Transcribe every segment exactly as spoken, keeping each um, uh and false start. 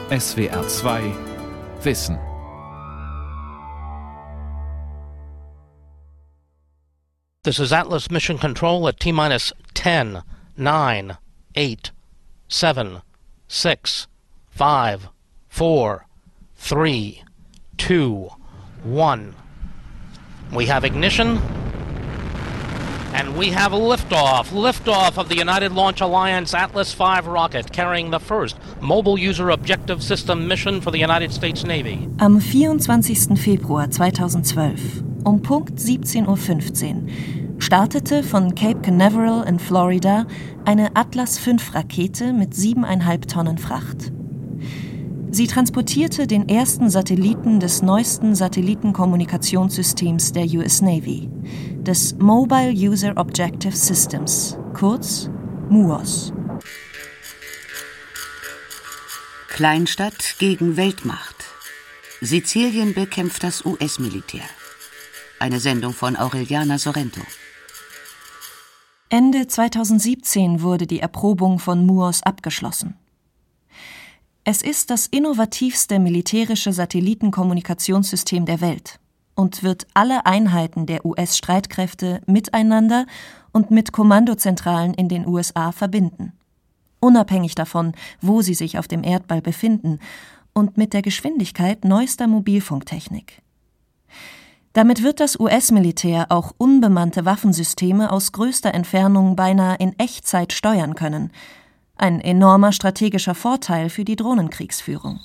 S W R zwei Wissen. This is Atlas Mission Control at T-minus ten, nine, eight, seven, six, five, four, three, two, one. We have ignition, and we have liftoff. Liftoff of the United Launch Alliance Atlas five rocket, carrying the first Mobile User Objective System mission for the United States Navy. Am vierundzwanzigsten Februar zweitausendzwölf um Punkt siebzehn Uhr fünfzehn startete von Cape Canaveral in Florida eine Atlas fünf Rakete mit siebeneinhalb Tonnen Fracht. Sie transportierte den ersten Satelliten des neuesten Satellitenkommunikationssystems der U S Navy, des Mobile User Objective Systems, kurz M U O S. Kleinstadt gegen Weltmacht. Sizilien bekämpft das U S-Militär. Eine Sendung von Aureliana Sorrento. Ende zweitausendsiebzehn wurde die Erprobung von M U O S abgeschlossen. Es ist das innovativste militärische Satellitenkommunikationssystem der Welt und wird alle Einheiten der U S-Streitkräfte miteinander und mit Kommandozentralen in den U S A verbinden. Unabhängig davon, wo sie sich auf dem Erdball befinden und mit der Geschwindigkeit neuester Mobilfunktechnik. Damit wird das U S-Militär auch unbemannte Waffensysteme aus größter Entfernung beinahe in Echtzeit steuern können. Ein enormer strategischer Vorteil für die Drohnenkriegsführung.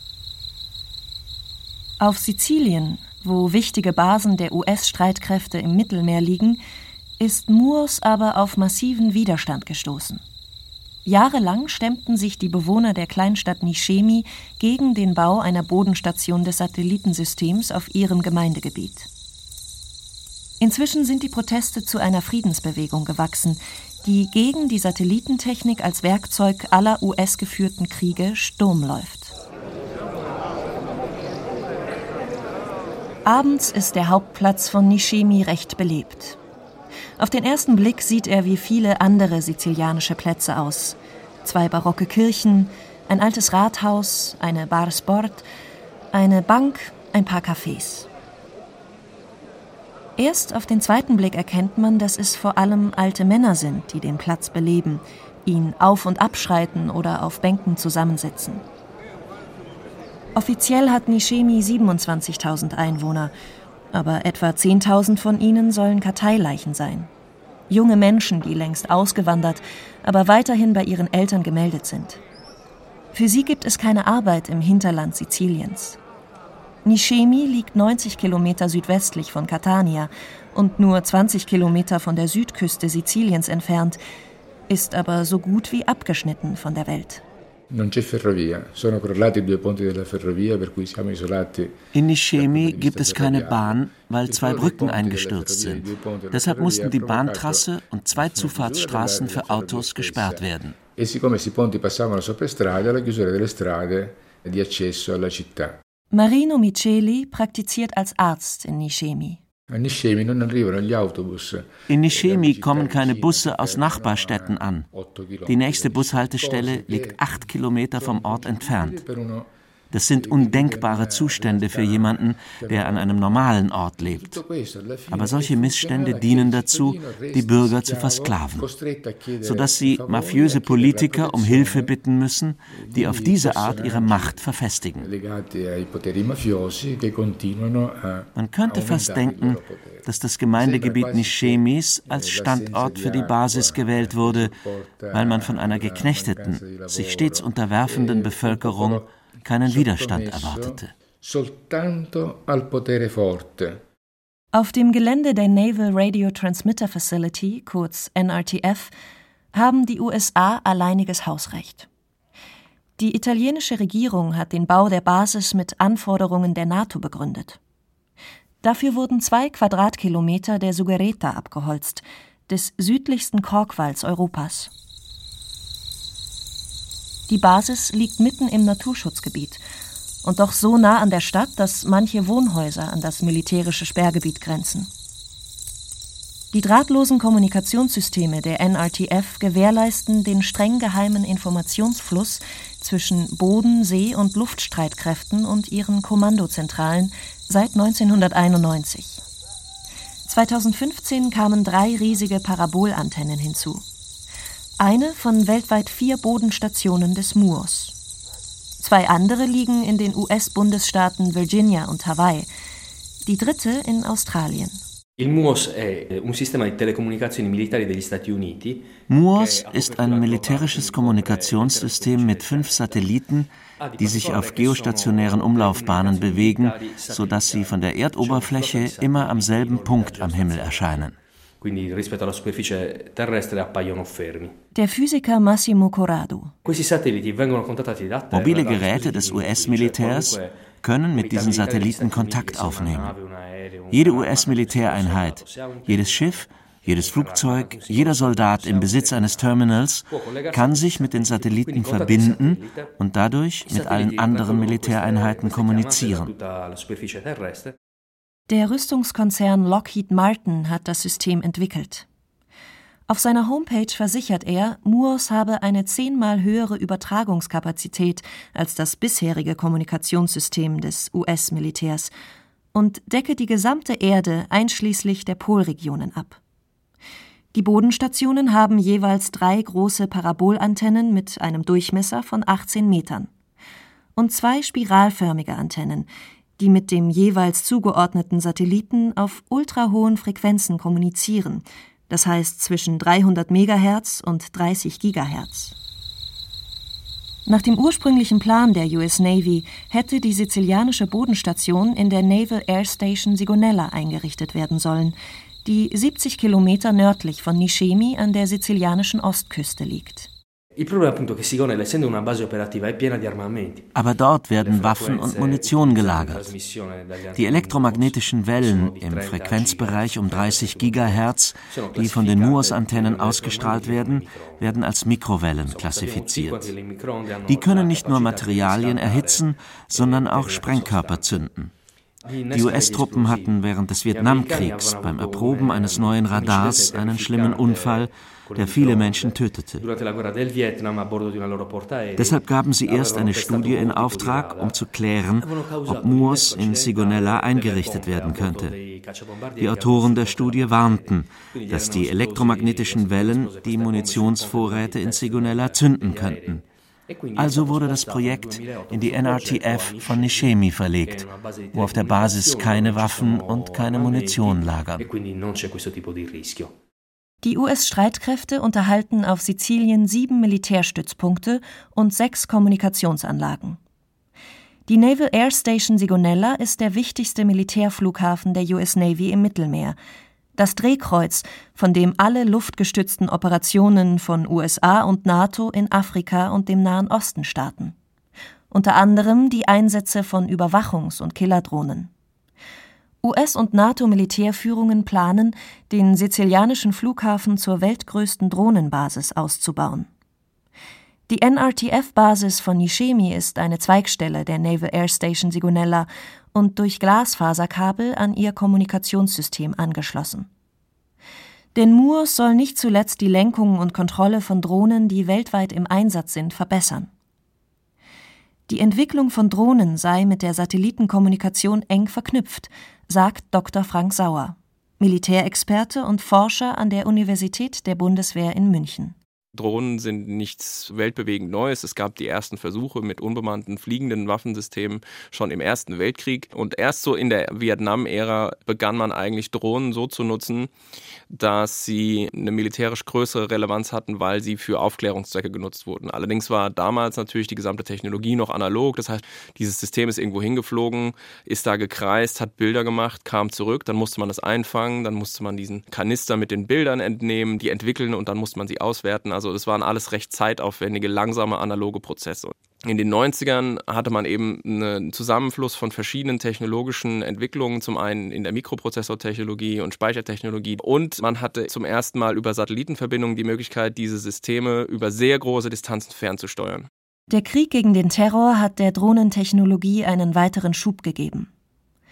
Auf Sizilien, wo wichtige Basen der U S-Streitkräfte im Mittelmeer liegen, ist M U O S aber auf massiven Widerstand gestoßen. Jahrelang stemmten sich die Bewohner der Kleinstadt Niscemi gegen den Bau einer Bodenstation des Satellitensystems auf ihrem Gemeindegebiet. Inzwischen sind die Proteste zu einer Friedensbewegung gewachsen, die gegen die Satellitentechnik als Werkzeug aller U S-geführten Kriege Sturm läuft. Abends ist der Hauptplatz von Niscemi recht belebt. Auf den ersten Blick sieht er wie viele andere sizilianische Plätze aus. Zwei barocke Kirchen, ein altes Rathaus, eine Bar Sport, eine Bank, ein paar Cafés. Erst auf den zweiten Blick erkennt man, dass es vor allem alte Männer sind, die den Platz beleben, ihn auf- und abschreiten oder auf Bänken zusammensitzen. Offiziell hat Niscemi siebenundzwanzigtausend Einwohner, aber etwa zehntausend von ihnen sollen Karteileichen sein. Junge Menschen, die längst ausgewandert, aber weiterhin bei ihren Eltern gemeldet sind. Für sie gibt es keine Arbeit im Hinterland Siziliens. Niscemi liegt neunzig Kilometer südwestlich von Catania und nur zwanzig Kilometer von der Südküste Siziliens entfernt, ist aber so gut wie abgeschnitten von der Welt. Non c'è ferrovia, sono crollati due ponti della ferrovia, per cui siamo isolati. In Niscemi gibt es keine Bahn, weil zwei Brücken eingestürzt sind. Deshalb mussten die Bahntrasse und zwei Zufahrtsstraßen für Autos gesperrt werden. E siccome questi ponti passavano sopra strade, la chiusura delle strade di accesso alla città. Marino Miceli praktiziert als Arzt in Niscemi. In Niscemi kommen keine Busse aus Nachbarstädten an. Die nächste Bushaltestelle liegt acht Kilometer vom Ort entfernt. Das sind undenkbare Zustände für jemanden, der an einem normalen Ort lebt. Aber solche Missstände dienen dazu, die Bürger zu versklaven, sodass sie mafiöse Politiker um Hilfe bitten müssen, die auf diese Art ihre Macht verfestigen. Man könnte fast denken, dass das Gemeindegebiet Niscemis als Standort für die Basis gewählt wurde, weil man von einer geknechteten, sich stets unterwerfenden Bevölkerung keinen Widerstand erwartete. Auf dem Gelände der Naval Radio Transmitter Facility, kurz N R T F, haben die U S A alleiniges Hausrecht. Die italienische Regierung hat den Bau der Basis mit Anforderungen der NATO begründet. Dafür wurden zwei Quadratkilometer der Sughereta abgeholzt, des südlichsten Korkwalds Europas. Die Basis liegt mitten im Naturschutzgebiet und doch so nah an der Stadt, dass manche Wohnhäuser an das militärische Sperrgebiet grenzen. Die drahtlosen Kommunikationssysteme der N R T F gewährleisten den streng geheimen Informationsfluss zwischen Boden-, See- und Luftstreitkräften und ihren Kommandozentralen seit neunzehnhunderteinundneunzig. zweitausendfünfzehn kamen drei riesige Parabolantennen hinzu. Eine von weltweit vier Bodenstationen des M U O S. Zwei andere liegen in den U S-Bundesstaaten Virginia und Hawaii, die dritte in Australien. M U O S ist ein militärisches Kommunikationssystem mit fünf Satelliten, die sich auf geostationären Umlaufbahnen bewegen, sodass sie von der Erdoberfläche immer am selben Punkt am Himmel erscheinen. Der Physiker Massimo Corrado. Mobile Geräte des U S-Militärs können mit diesen Satelliten Kontakt aufnehmen. Jede U S-Militäreinheit, jedes Schiff, jedes Flugzeug, jeder Soldat im Besitz eines Terminals kann sich mit den Satelliten verbinden und dadurch mit allen anderen Militäreinheiten kommunizieren. Der Rüstungskonzern Lockheed Martin hat das System entwickelt. Auf seiner Homepage versichert er, M U O S habe eine zehnmal höhere Übertragungskapazität als das bisherige Kommunikationssystem des U S-Militärs und decke die gesamte Erde einschließlich der Polregionen ab. Die Bodenstationen haben jeweils drei große Parabolantennen mit einem Durchmesser von achtzehn Metern und zwei spiralförmige Antennen, die mit dem jeweils zugeordneten Satelliten auf ultrahohen Frequenzen kommunizieren, das heißt zwischen dreihundert Megahertz und dreißig Gigahertz. Nach dem ursprünglichen Plan der U S Navy hätte die sizilianische Bodenstation in der Naval Air Station Sigonella eingerichtet werden sollen, die siebzig Kilometer nördlich von Niscemi an der sizilianischen Ostküste liegt. Aber dort werden Waffen und Munition gelagert. Die elektromagnetischen Wellen im Frequenzbereich um dreißig Gigahertz, die von den M U O S-Antennen ausgestrahlt werden, werden als Mikrowellen klassifiziert. Die können nicht nur Materialien erhitzen, sondern auch Sprengkörper zünden. Die U S-Truppen hatten während des Vietnamkriegs beim Erproben eines neuen Radars einen schlimmen Unfall, der viele Menschen tötete. Deshalb gaben sie erst eine Studie in Auftrag, um zu klären, ob M U O S in Sigonella eingerichtet werden könnte. Die Autoren der Studie warnten, dass die elektromagnetischen Wellen die Munitionsvorräte in Sigonella zünden könnten. Also wurde das Projekt in die N R T F von Niscemi verlegt, wo auf der Basis keine Waffen und keine Munition lagern. Die U S-Streitkräfte unterhalten auf Sizilien sieben Militärstützpunkte und sechs Kommunikationsanlagen. Die Naval Air Station Sigonella ist der wichtigste Militärflughafen der U S Navy im Mittelmeer, das Drehkreuz, von dem alle luftgestützten Operationen von U S A und NATO in Afrika und dem Nahen Osten starten. Unter anderem die Einsätze von Überwachungs- und Killerdrohnen. U S- und NATO-Militärführungen planen, den sizilianischen Flughafen zur weltgrößten Drohnenbasis auszubauen. Die N R T F-Basis von Niscemi ist eine Zweigstelle der Naval Air Station Sigonella und durch Glasfaserkabel an ihr Kommunikationssystem angeschlossen. Denn M U O S soll nicht zuletzt die Lenkung und Kontrolle von Drohnen, die weltweit im Einsatz sind, verbessern. Die Entwicklung von Drohnen sei mit der Satellitenkommunikation eng verknüpft, sagt Doktor Frank Sauer, Militärexperte und Forscher an der Universität der Bundeswehr in München. Drohnen sind nichts weltbewegend Neues. Es gab die ersten Versuche mit unbemannten fliegenden Waffensystemen schon im Ersten Weltkrieg. Und erst so in der Vietnam-Ära begann man eigentlich Drohnen so zu nutzen, dass sie eine militärisch größere Relevanz hatten, weil sie für Aufklärungszwecke genutzt wurden. Allerdings war damals natürlich die gesamte Technologie noch analog. Das heißt, dieses System ist irgendwo hingeflogen, ist da gekreist, hat Bilder gemacht, kam zurück. Dann musste man das einfangen, dann musste man diesen Kanister mit den Bildern entnehmen, die entwickeln und dann musste man sie auswerten. Also das waren alles recht zeitaufwendige, langsame, analoge Prozesse. In den neunzigern hatte man eben einen Zusammenfluss von verschiedenen technologischen Entwicklungen, zum einen in der Mikroprozessortechnologie und Speichertechnologie, und man hatte zum ersten Mal über Satellitenverbindungen die Möglichkeit, diese Systeme über sehr große Distanzen fernzusteuern. Der Krieg gegen den Terror hat der Drohnentechnologie einen weiteren Schub gegeben.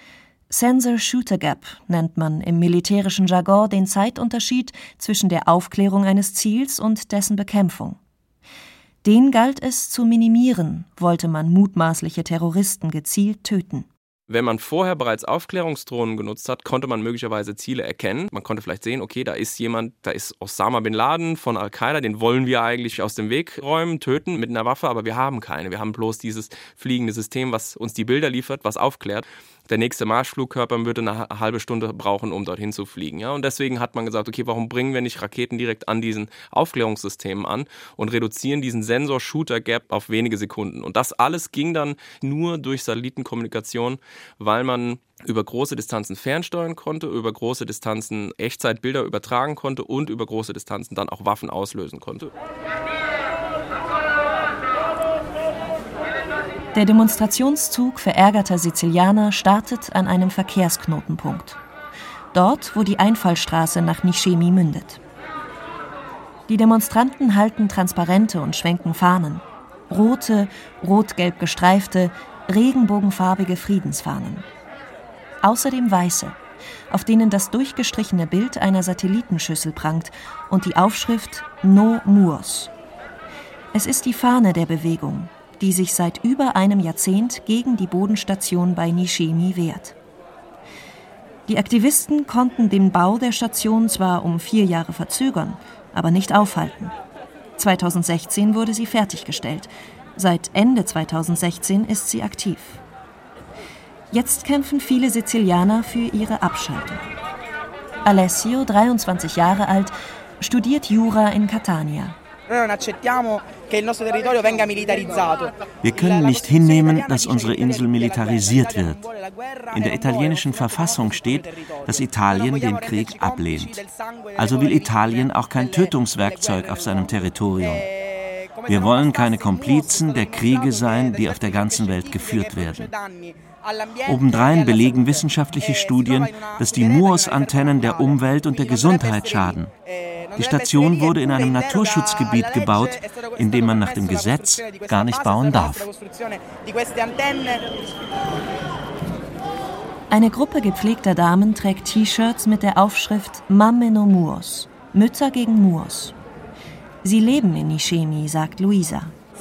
Sensor-Shooter Gap nennt man im militärischen Jargon den Zeitunterschied zwischen der Aufklärung eines Ziels und dessen Bekämpfung. Den galt es zu minimieren, wollte man mutmaßliche Terroristen gezielt töten. Wenn man vorher bereits Aufklärungsdrohnen genutzt hat, konnte man möglicherweise Ziele erkennen. Man konnte vielleicht sehen, okay, da ist jemand, da ist Osama Bin Laden von Al-Qaida, den wollen wir eigentlich aus dem Weg räumen, töten mit einer Waffe, aber wir haben keine. Wir haben bloß dieses fliegende System, was uns die Bilder liefert, was aufklärt. Der nächste Marschflugkörper würde eine halbe Stunde brauchen, um dorthin zu fliegen. Ja? Und deswegen hat man gesagt, okay, warum bringen wir nicht Raketen direkt an diesen Aufklärungssystemen an und reduzieren diesen Sensor-Shooter-Gap auf wenige Sekunden. Und das alles ging dann nur durch Satellitenkommunikation, weil man über große Distanzen fernsteuern konnte, über große Distanzen Echtzeitbilder übertragen konnte und über große Distanzen dann auch Waffen auslösen konnte. Der Demonstrationszug verärgerter Sizilianer startet an einem Verkehrsknotenpunkt. Dort, wo die Einfallstraße nach Niscemi mündet. Die Demonstranten halten Transparente und schwenken Fahnen. Rote, rot-gelb gestreifte, regenbogenfarbige Friedensfahnen. Außerdem weiße, auf denen das durchgestrichene Bild einer Satellitenschüssel prangt und die Aufschrift No Moors. Es ist die Fahne der Bewegung, die sich seit über einem Jahrzehnt gegen die Bodenstation bei Niscemi wehrt. Die Aktivisten konnten den Bau der Station zwar um vier Jahre verzögern, aber nicht aufhalten. zweitausendsechzehn wurde sie fertiggestellt. Seit Ende zweitausendsechzehn ist sie aktiv. Jetzt kämpfen viele Sizilianer für ihre Abschaltung. Alessio, dreiundzwanzig Jahre alt, studiert Jura in Catania. Wir können nicht hinnehmen, dass unsere Insel militarisiert wird. In der italienischen Verfassung steht, dass Italien den Krieg ablehnt. Also will Italien auch kein Tötungswerkzeug auf seinem Territorium. Wir wollen keine Komplizen der Kriege sein, die auf der ganzen Welt geführt werden. Obendrein belegen wissenschaftliche Studien, dass die Moors-Antennen der Umwelt und der Gesundheit schaden. Die Station wurde in einem Naturschutzgebiet gebaut, in dem man nach dem Gesetz gar nicht bauen darf. Eine Gruppe gepflegter Damen trägt T-Shirts mit der Aufschrift Mamme no Moors, Mütter gegen Moors. Sie leben in Niscemi, sagt Luisa.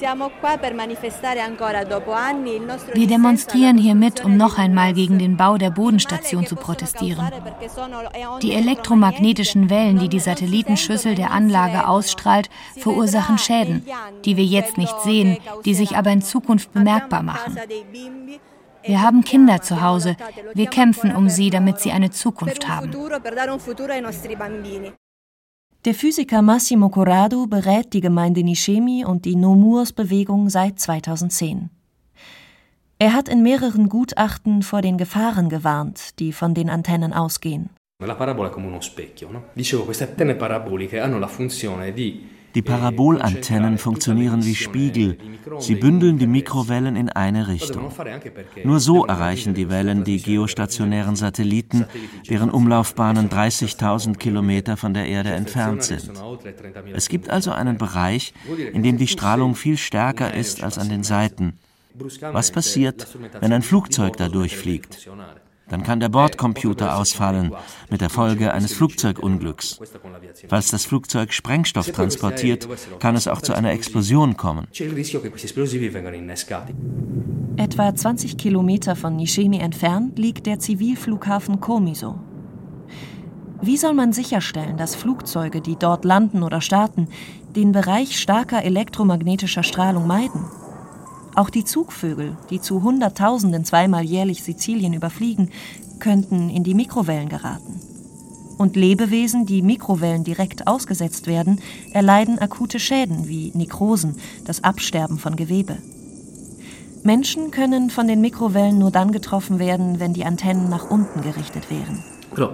Wir demonstrieren hier mit, um noch einmal gegen den Bau der Bodenstation zu protestieren. Die elektromagnetischen Wellen, die die Satellitenschüssel der Anlage ausstrahlt, verursachen Schäden, die wir jetzt nicht sehen, die sich aber in Zukunft bemerkbar machen. Wir haben Kinder zu Hause. Wir kämpfen um sie, damit sie eine Zukunft haben. Der Physiker Massimo Corrado berät die Gemeinde Niscemi und die No Moors-Bewegung seit zweitausendzehn. Er hat in mehreren Gutachten vor den Gefahren gewarnt, die von den Antennen ausgehen. Die Parabolantennen funktionieren wie Spiegel. Sie bündeln die Mikrowellen in eine Richtung. Nur so erreichen die Wellen die geostationären Satelliten, deren Umlaufbahnen dreißigtausend Kilometer von der Erde entfernt sind. Es gibt also einen Bereich, in dem die Strahlung viel stärker ist als an den Seiten. Was passiert, wenn ein Flugzeug da durchfliegt? Dann kann der Bordcomputer ausfallen, mit der Folge eines Flugzeugunglücks. Falls das Flugzeug Sprengstoff transportiert, kann es auch zu einer Explosion kommen. Etwa zwanzig Kilometer von Niscemi entfernt liegt der Zivilflughafen Comiso. Wie soll man sicherstellen, dass Flugzeuge, die dort landen oder starten, den Bereich starker elektromagnetischer Strahlung meiden? Auch die Zugvögel, die zu Hunderttausenden zweimal jährlich Sizilien überfliegen, könnten in die Mikrowellen geraten. Und Lebewesen, die Mikrowellen direkt ausgesetzt werden, erleiden akute Schäden wie Nekrosen, das Absterben von Gewebe. Menschen können von den Mikrowellen nur dann getroffen werden, wenn die Antennen nach unten gerichtet wären.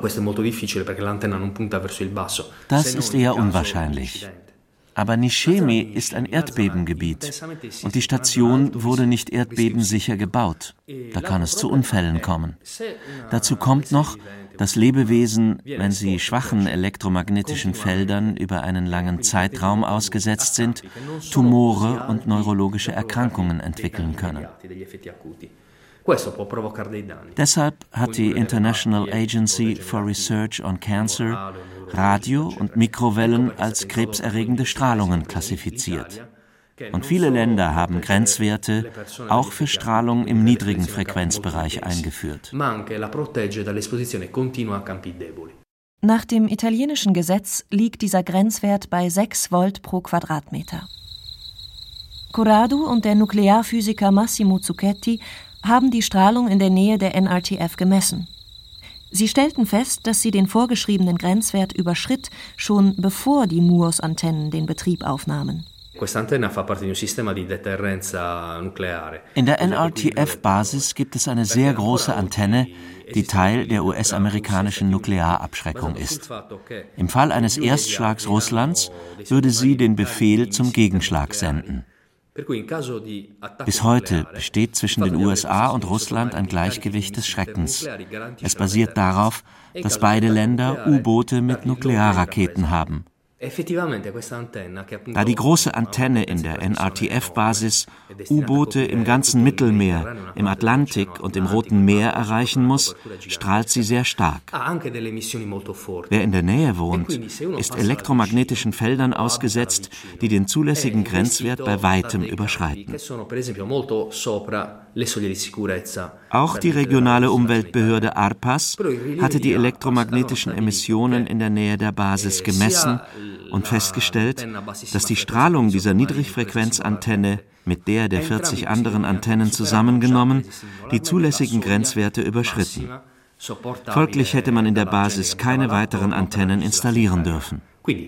Das ist eher unwahrscheinlich. Aber Niscemi ist ein Erdbebengebiet und die Station wurde nicht erdbebensicher gebaut. Da kann es zu Unfällen kommen. Dazu kommt noch, dass Lebewesen, wenn sie schwachen elektromagnetischen Feldern über einen langen Zeitraum ausgesetzt sind, Tumore und neurologische Erkrankungen entwickeln können. Deshalb hat die International Agency for Research on Cancer Radio- und Mikrowellen als krebserregende Strahlungen klassifiziert. Und viele Länder haben Grenzwerte auch für Strahlung im niedrigen Frequenzbereich eingeführt. Nach dem italienischen Gesetz liegt dieser Grenzwert bei sechs Volt pro Quadratmeter. Corrado und der Nuklearphysiker Massimo Zucchetti haben die Strahlung in der Nähe der N R T F gemessen. Sie stellten fest, dass sie den vorgeschriebenen Grenzwert überschritt, schon bevor die M U O S-Antennen den Betrieb aufnahmen. In der N R T F-Basis gibt es eine sehr große Antenne, die Teil der U S-amerikanischen Nuklearabschreckung ist. Im Fall eines Erstschlags Russlands würde sie den Befehl zum Gegenschlag senden. Bis heute besteht zwischen den U S A und Russland ein Gleichgewicht des Schreckens. Es basiert darauf, dass beide Länder U-Boote mit Nuklearraketen haben. Da die große Antenne in der N R T F-Basis U-Boote im ganzen Mittelmeer, im Atlantik und im Roten Meer erreichen muss, strahlt sie sehr stark. Wer in der Nähe wohnt, ist elektromagnetischen Feldern ausgesetzt, die den zulässigen Grenzwert bei weitem überschreiten. Auch die regionale Umweltbehörde ARPAS hatte die elektromagnetischen Emissionen in der Nähe der Basis gemessen und festgestellt, dass die Strahlung dieser Niedrigfrequenzantenne mit der der vierzig anderen Antennen zusammengenommen die zulässigen Grenzwerte überschritten. Folglich hätte man in der Basis keine weiteren Antennen installieren dürfen.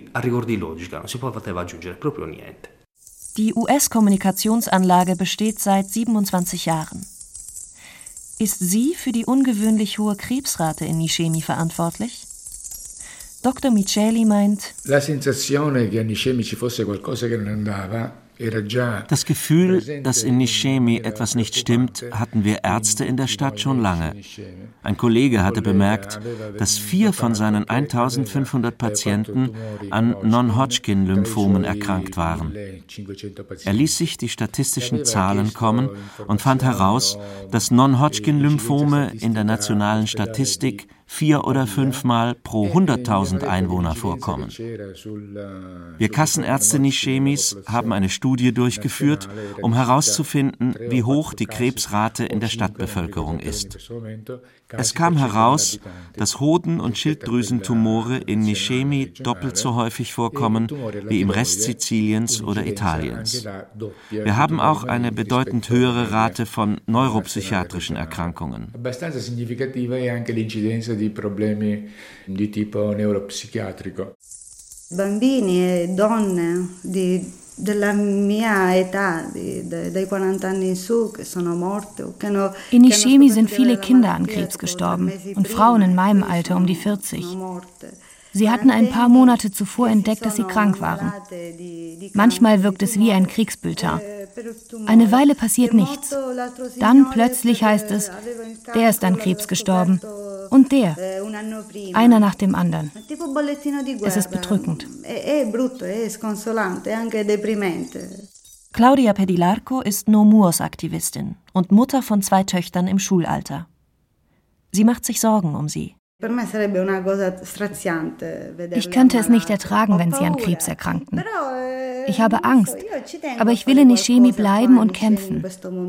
Die U S-Kommunikationsanlage besteht seit siebenundzwanzig Jahren. Ist sie für die ungewöhnlich hohe Krebsrate in Niscemi verantwortlich? Doktor Micheli meint, das Gefühl, dass in Niscemi etwas nicht stimmt, hatten wir Ärzte in der Stadt schon lange. Ein Kollege hatte bemerkt, dass vier von seinen eintausendfünfhundert Patienten an Non-Hodgkin-Lymphomen erkrankt waren. Er ließ sich die statistischen Zahlen kommen und fand heraus, dass Non-Hodgkin-Lymphome in der nationalen Statistik vier- oder fünfmal pro hunderttausend Einwohner vorkommen. Wir Kassenärzte Niscemis haben eine Studie durchgeführt, um herauszufinden, wie hoch die Krebsrate in der Stadtbevölkerung ist. Es kam heraus, dass Hoden- und Schilddrüsentumore in Niscemi doppelt so häufig vorkommen wie im Rest Siziliens oder Italiens. Wir haben auch eine bedeutend höhere Rate von neuropsychiatrischen Erkrankungen. Di problemi di tipo neuropsichiatrico. Bambini e donne di della mia età, di, dai quaranta anni in su, che sono morte o che hanno. In Niscemi sind viele Kinder an Krebs gestorben und Frauen in meinem Alter um die vierzig. Sie hatten ein paar Monate zuvor entdeckt, dass sie krank waren. Manchmal wirkt es wie ein Kriegsbulletin. Eine Weile passiert nichts. Dann plötzlich heißt es, der ist an Krebs gestorben. Und der. Einer nach dem anderen. Es ist bedrückend. Claudia Pedilarco ist No M U O S-Aktivistin und Mutter von zwei Töchtern im Schulalter. Sie macht sich Sorgen um sie. Ich könnte es nicht ertragen, wenn sie an Krebs erkrankten. Ich habe Angst, aber ich will in Niscemi bleiben und kämpfen.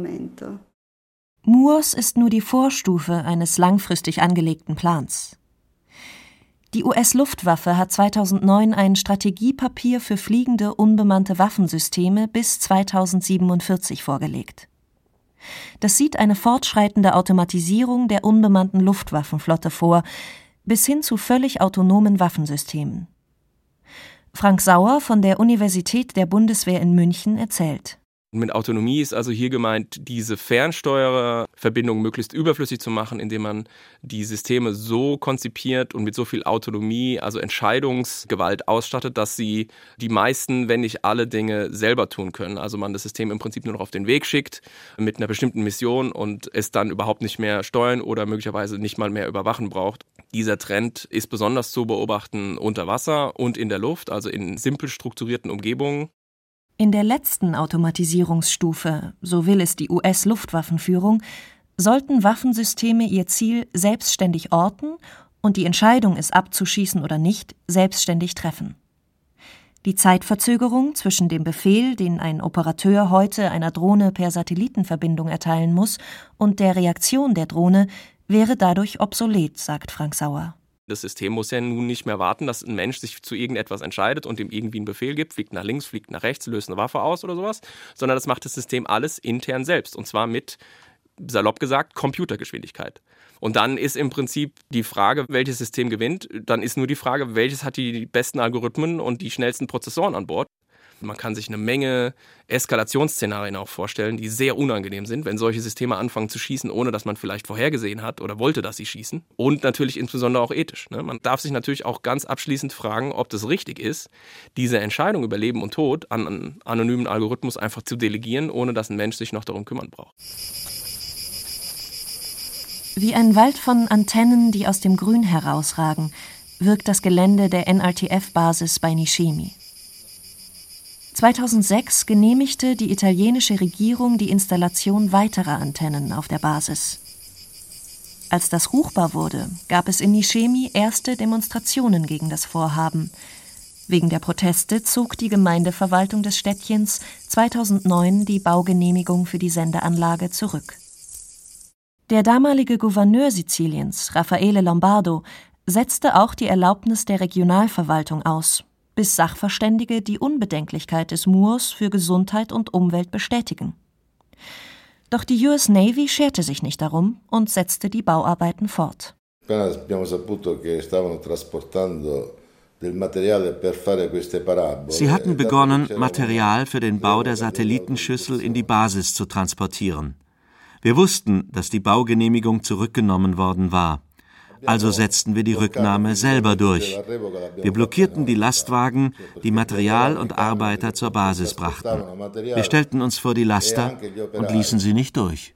M U O S ist nur die Vorstufe eines langfristig angelegten Plans. Die U S-Luftwaffe hat zweitausendneun ein Strategiepapier für fliegende, unbemannte Waffensysteme bis zweitausendsiebenundvierzig vorgelegt. Das sieht eine fortschreitende Automatisierung der unbemannten Luftwaffenflotte vor, bis hin zu völlig autonomen Waffensystemen. Frank Sauer von der Universität der Bundeswehr in München erzählt. Mit Autonomie ist also hier gemeint, diese Fernsteuerverbindung möglichst überflüssig zu machen, indem man die Systeme so konzipiert und mit so viel Autonomie, also Entscheidungsgewalt ausstattet, dass sie die meisten, wenn nicht alle Dinge selber tun können. Also man das System im Prinzip nur noch auf den Weg schickt mit einer bestimmten Mission und es dann überhaupt nicht mehr steuern oder möglicherweise nicht mal mehr überwachen braucht. Dieser Trend ist besonders zu beobachten unter Wasser und in der Luft, also in simpel strukturierten Umgebungen. In der letzten Automatisierungsstufe, so will es die U S-Luftwaffenführung, sollten Waffensysteme ihr Ziel selbstständig orten und die Entscheidung, es abzuschießen oder nicht, selbstständig treffen. Die Zeitverzögerung zwischen dem Befehl, den ein Operateur heute einer Drohne per Satellitenverbindung erteilen muss, und der Reaktion der Drohne wäre dadurch obsolet, sagt Frank Sauer. Das System muss ja nun nicht mehr warten, dass ein Mensch sich zu irgendetwas entscheidet und ihm irgendwie einen Befehl gibt, fliegt nach links, fliegt nach rechts, löst eine Waffe aus oder sowas, sondern das macht das System alles intern selbst, und zwar mit, salopp gesagt, Computergeschwindigkeit. Und dann ist im Prinzip die Frage, welches System gewinnt, dann ist nur die Frage, welches hat die besten Algorithmen und die schnellsten Prozessoren an Bord. Man kann sich eine Menge Eskalationsszenarien auch vorstellen, die sehr unangenehm sind, wenn solche Systeme anfangen zu schießen, ohne dass man vielleicht vorhergesehen hat oder wollte, dass sie schießen. Und natürlich insbesondere auch ethisch. Ne? Man darf sich natürlich auch ganz abschließend fragen, ob das richtig ist, diese Entscheidung über Leben und Tod an einen anonymen Algorithmus einfach zu delegieren, ohne dass ein Mensch sich noch darum kümmern braucht. Wie ein Wald von Antennen, die aus dem Grün herausragen, wirkt das Gelände der N R T F-Basis bei Niscemi. zweitausendsechs genehmigte die italienische Regierung die Installation weiterer Antennen auf der Basis. Als das ruchbar wurde, gab es in Niscemi erste Demonstrationen gegen das Vorhaben. Wegen der Proteste zog die Gemeindeverwaltung des Städtchens zweitausendneun die Baugenehmigung für die Sendeanlage zurück. Der damalige Gouverneur Siziliens, Raffaele Lombardo, setzte auch die Erlaubnis der Regionalverwaltung aus, bis Sachverständige die Unbedenklichkeit des M U O S für Gesundheit und Umwelt bestätigen. Doch die U S Navy scherte sich nicht darum und setzte die Bauarbeiten fort. Sie hatten begonnen, Material für den Bau der Satellitenschüssel in die Basis zu transportieren. Wir wussten, dass die Baugenehmigung zurückgenommen worden war. Also setzten wir die Rücknahme selber durch. Wir blockierten die Lastwagen, die Material und Arbeiter zur Basis brachten. Wir stellten uns vor die Laster und ließen sie nicht durch.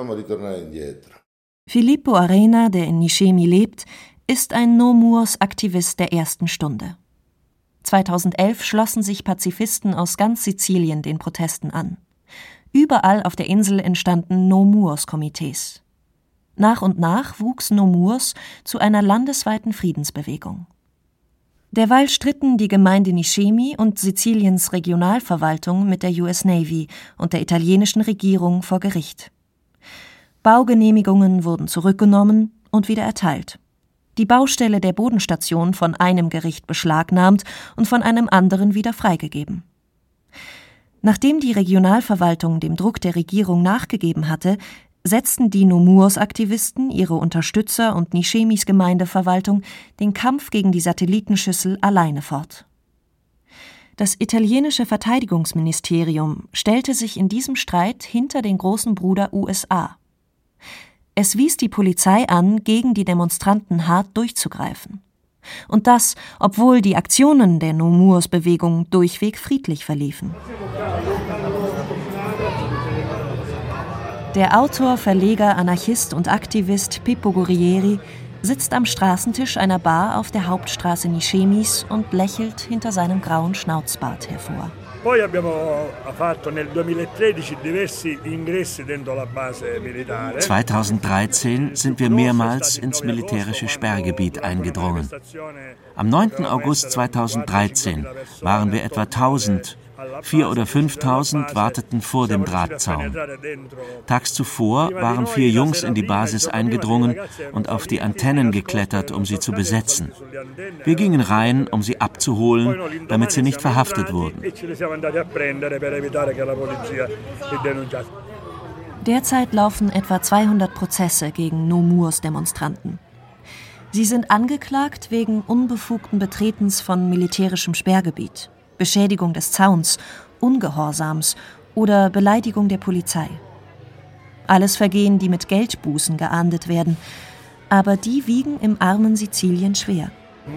Filippo Arena, der in Niscemi lebt, ist ein No-M U O S-Aktivist der ersten Stunde. zweitausendelf schlossen sich Pazifisten aus ganz Sizilien den Protesten an. Überall auf der Insel entstanden No-M U O S-Komitees. Nach und nach wuchs No-M U O S zu einer landesweiten Friedensbewegung. Derweil stritten die Gemeinde Niscemi und Siziliens Regionalverwaltung mit der U S Navy und der italienischen Regierung vor Gericht. Baugenehmigungen wurden zurückgenommen und wieder erteilt. Die Baustelle der Bodenstation von einem Gericht beschlagnahmt und von einem anderen wieder freigegeben. Nachdem die Regionalverwaltung dem Druck der Regierung nachgegeben hatte, setzten die No-M U O S-Aktivisten, ihre Unterstützer und Niscemis Gemeindeverwaltung den Kampf gegen die Satellitenschüssel alleine fort. Das italienische Verteidigungsministerium stellte sich in diesem Streit hinter den großen Bruder U S A. Es wies die Polizei an, gegen die Demonstranten hart durchzugreifen. Und das, obwohl die Aktionen der No-M U O S-Bewegung durchweg friedlich verliefen. Der Autor, Verleger, Anarchist und Aktivist Pippo Guerrieri sitzt am Straßentisch einer Bar auf der Hauptstraße Niscemis und lächelt hinter seinem grauen Schnauzbart hervor. zweitausenddreizehn sind wir mehrmals ins militärische Sperrgebiet eingedrungen. Am neunten August zweitausenddreizehn waren wir etwa tausend. Vier oder fünftausend warteten vor dem Drahtzaun. Tags zuvor waren vier Jungs in die Basis eingedrungen und auf die Antennen geklettert, um sie zu besetzen. Wir gingen rein, um sie abzuholen, damit sie nicht verhaftet wurden. Derzeit laufen etwa zweihundert Prozesse gegen No-M U O S-Demonstranten. Sie sind angeklagt wegen unbefugten Betretens von militärischem Sperrgebiet, Beschädigung des Zauns, Ungehorsams oder Beleidigung der Polizei. Alles Vergehen, die mit Geldbußen geahndet werden, aber die wiegen im armen Sizilien schwer.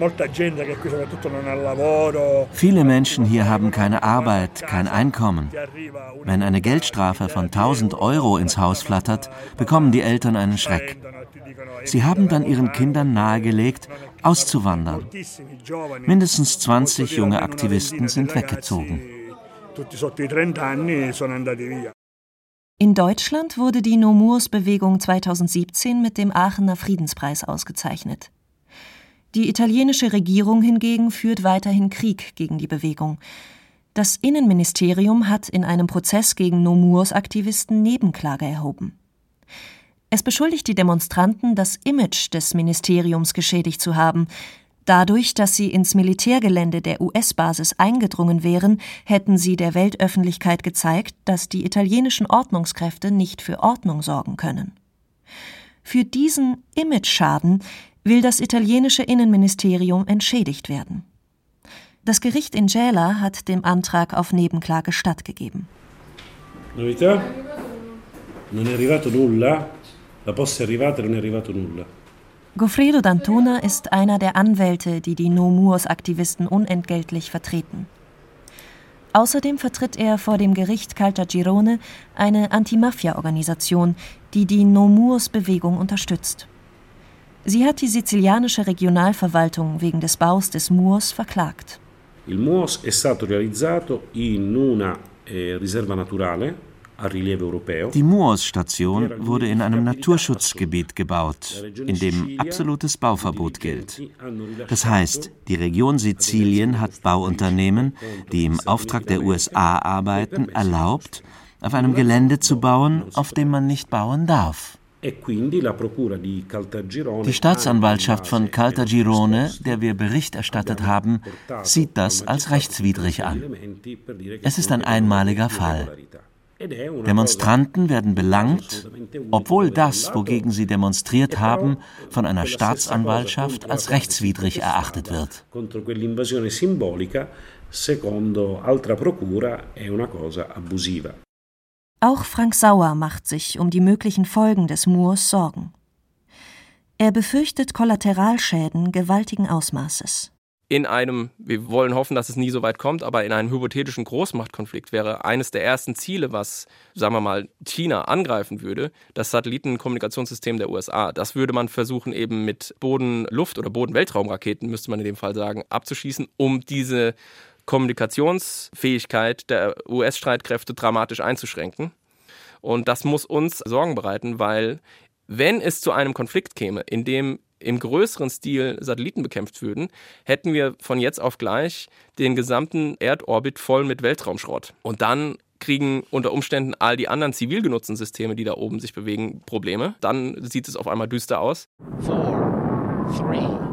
Viele Menschen hier haben keine Arbeit, kein Einkommen. Wenn eine Geldstrafe von tausend Euro ins Haus flattert, bekommen die Eltern einen Schreck. Sie haben dann ihren Kindern nahegelegt, auszuwandern. Mindestens zwanzig junge Aktivisten sind weggezogen. In Deutschland wurde die No-Moors-Bewegung zweitausendsiebzehn mit dem Aachener Friedenspreis ausgezeichnet. Die italienische Regierung hingegen führt weiterhin Krieg gegen die Bewegung. Das Innenministerium hat in einem Prozess gegen No-Moors-Aktivisten Nebenklage erhoben. Es beschuldigt die Demonstranten, das Image des Ministeriums geschädigt zu haben. Dadurch, dass sie ins Militärgelände der U S-Basis eingedrungen wären, hätten sie der Weltöffentlichkeit gezeigt, dass die italienischen Ordnungskräfte nicht für Ordnung sorgen können. Für diesen Imageschaden will das italienische Innenministerium entschädigt werden. Das Gericht in Gela hat dem Antrag auf Nebenklage stattgegeben. Novità? Non è arrivato nulla. La posta è arrivata, non è arrivato nulla. Goffredo D'Antona ist einer der Anwälte, die die No-Moors-Aktivisten unentgeltlich vertreten. Außerdem vertritt er vor dem Gericht Caltagirone eine Anti-Mafia-Organisation, die die No-Moors-Bewegung unterstützt. Sie hat die sizilianische Regionalverwaltung wegen des Baus des Moors verklagt. Il Moos è stato realizzato in una eh, riserva naturale. Die Moors-Station wurde in einem Naturschutzgebiet gebaut, in dem absolutes Bauverbot gilt. Das heißt, die Region Sizilien hat Bauunternehmen, die im Auftrag der U S A arbeiten, erlaubt, auf einem Gelände zu bauen, auf dem man nicht bauen darf. Die Staatsanwaltschaft von Caltagirone, der wir Bericht erstattet haben, sieht das als rechtswidrig an. Es ist ein einmaliger Fall. Demonstranten werden belangt, obwohl das, wogegen sie demonstriert haben, von einer Staatsanwaltschaft als rechtswidrig erachtet wird. Auch Frank Sauer macht sich um die möglichen Folgen des Moors Sorgen. Er befürchtet Kollateralschäden gewaltigen Ausmaßes. In einem, wir wollen hoffen, dass es nie so weit kommt, aber in einem hypothetischen Großmachtkonflikt wäre eines der ersten Ziele, was, sagen wir mal, China angreifen würde, das Satellitenkommunikationssystem der U S A. Das würde man versuchen, eben mit Boden-Luft- oder Boden-Weltraumraketen, müsste man in dem Fall sagen, abzuschießen, um diese Kommunikationsfähigkeit der U S-Streitkräfte dramatisch einzuschränken. Und das muss uns Sorgen bereiten, weil wenn es zu einem Konflikt käme, in dem im größeren Stil Satelliten bekämpft würden, hätten wir von jetzt auf gleich den gesamten Erdorbit voll mit Weltraumschrott. Und dann kriegen unter Umständen all die anderen zivil genutzten Systeme, die da oben sich bewegen, Probleme. Dann sieht es auf einmal düster aus. Four, three,